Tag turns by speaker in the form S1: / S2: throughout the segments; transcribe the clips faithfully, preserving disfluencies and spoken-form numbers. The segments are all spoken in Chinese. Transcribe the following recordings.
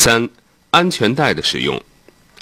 S1: 三、安全带的使用。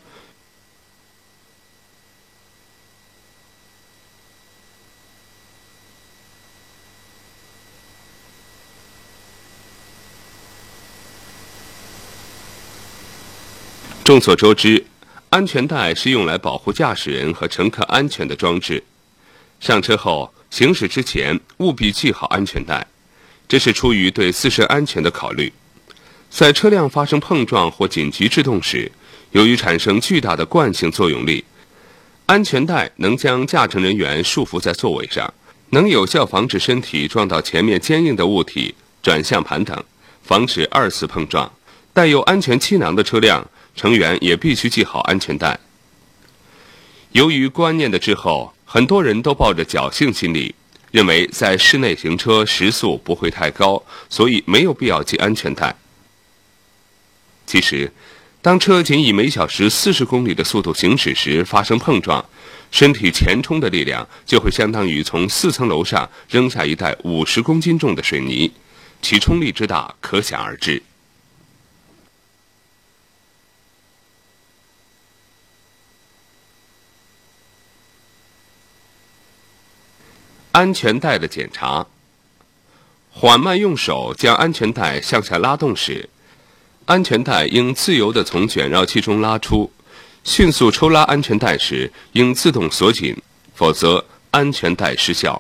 S1: 众所周知，安全带是用来保护驾驶人和乘客安全的装置。上车后，行驶之前务必系好安全带，这是出于对自身安全的考虑。在车辆发生碰撞或紧急制动时，由于产生巨大的惯性作用力，安全带能将驾乘人员束缚在座位上，能有效防止身体撞到前面坚硬的物体、转向盘等，防止二次碰撞。带有安全气囊的车辆，成员也必须系好安全带。由于观念的滞后，很多人都抱着侥幸心理，认为在室内行车时速不会太高，所以没有必要系安全带。其实，当车仅以每小时四十公里的速度行驶时发生碰撞，身体前冲的力量就会相当于从四层楼上扔下一袋五十公斤重的水泥，其冲力之大可想而知。安全带的检查。缓慢用手将安全带向下拉动时，安全带应自由地从卷绕器中拉出，迅速抽拉安全带时应自动锁紧，否则安全带失效。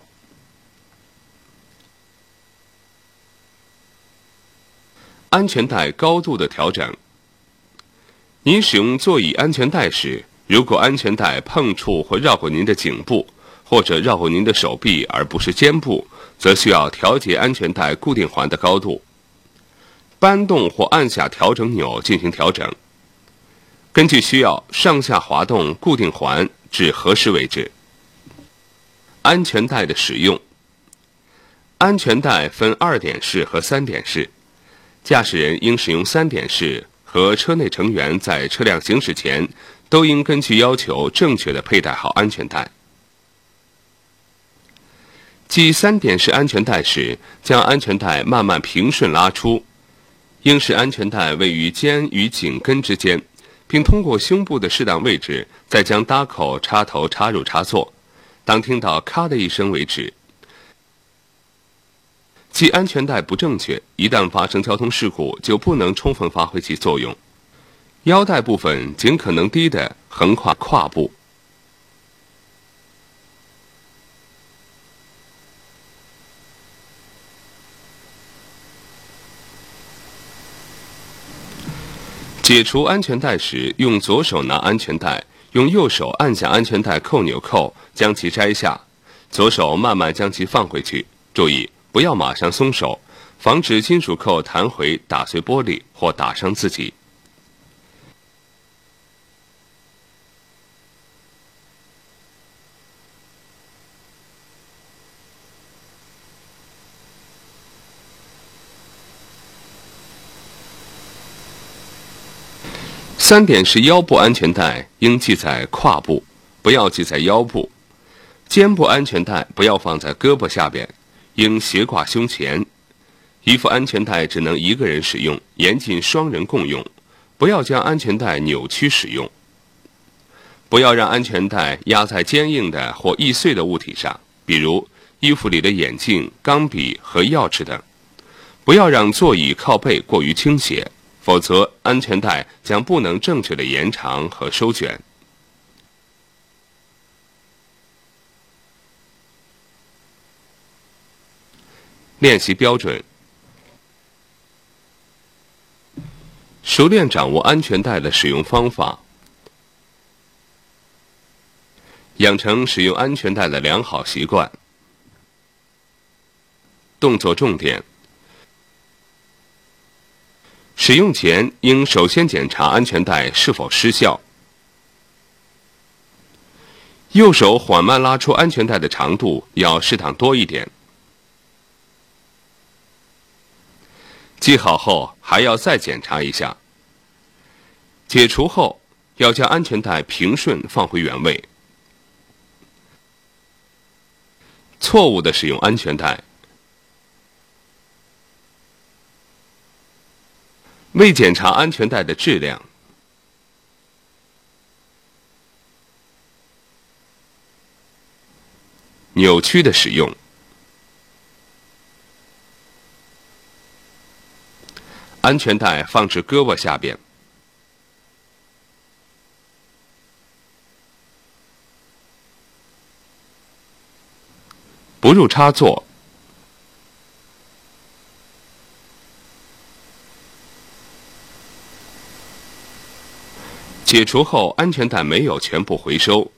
S1: 安全带高度的调整。您使用座椅安全带时，如果安全带碰触或绕过您的颈部，或者绕过您的手臂而不是肩部，则需要调节安全带固定环的高度，搬动或按下调整钮进行调整，根据需要上下滑动固定环至合适位置。安全带的使用。安全带分二点式和三点式，驾驶人应使用三点式，和车内成员在车辆行驶前都应根据要求正确地佩戴好安全带。系三点式安全带时，将安全带慢慢平顺拉出，应使安全带位于肩与颈根之间，并通过胸部的适当位置，再将搭口插头插入插座，当听到咔的一声为止。系安全带不正确，一旦发生交通事故，就不能充分发挥其作用。腰带部分尽可能低地横跨胯部。解除安全带时，用左手拿安全带，用右手按下安全带扣钮扣，将其摘下，左手慢慢将其放回去。注意，不要马上松手，防止金属扣弹回打碎玻璃或打伤自己。三点式腰部安全带应系在胯部，不要系在腰部。肩部安全带不要放在胳膊下边，应斜挂胸前。一副安全带只能一个人使用，严禁双人共用。不要将安全带扭曲使用。不要让安全带压在坚硬的或易碎的物体上，比如衣服里的眼镜、钢笔和钥匙等。不要让座椅靠背过于倾斜，否则安全带将不能正确的延长和收卷。练习标准。熟练掌握安全带的使用方法，养成使用安全带的良好习惯。动作重点：使用前应首先检查安全带是否失效。右手缓慢拉出安全带的长度要适当多一点。系好后还要再检查一下。解除后要将安全带平顺放回原位。错误的使用安全带。 未检查安全带的质量。扭曲的使用。安全带放置胳膊下边。不入插座。解除后，安全带没有全部回收，